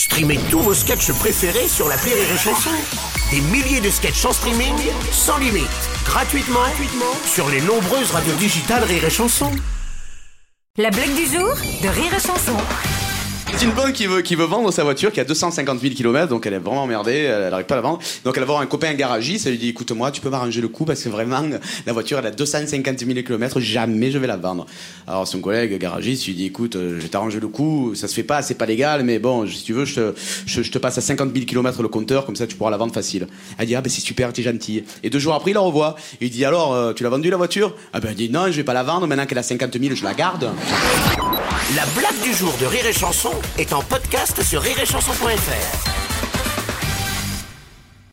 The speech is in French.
Streamez tous vos sketchs préférés sur l'appli Rire et Chanson. Des milliers de sketchs en streaming, sans limite, gratuitement sur les nombreuses radios digitales Rire et Chanson. La blague du jour de Rire et Chanson. C'est une blonde qui veut vendre sa voiture, qui a 250 000 km, donc elle est vraiment emmerdée, elle n'arrive pas à la vendre. Donc elle va voir un copain garagiste, elle lui dit écoute-moi, tu peux m'arranger le coup parce que vraiment la voiture elle a 250 000 km, jamais je vais la vendre. Alors son collègue garagiste lui dit écoute, je vais t'arranger le coup, ça se fait pas, c'est pas légal, mais bon, si tu veux, je te passe à 50 000 km le compteur, comme ça tu pourras la vendre facile. Elle dit ah ben c'est super, t'es gentil. Et 2 jours après il la revoit, il dit alors tu l'as vendue la voiture? Ah ben elle dit non, je vais pas la vendre, maintenant qu'elle a 50 000 je la garde. La blague du jour de Rire et Chanson est en podcast sur rireetchanson.fr.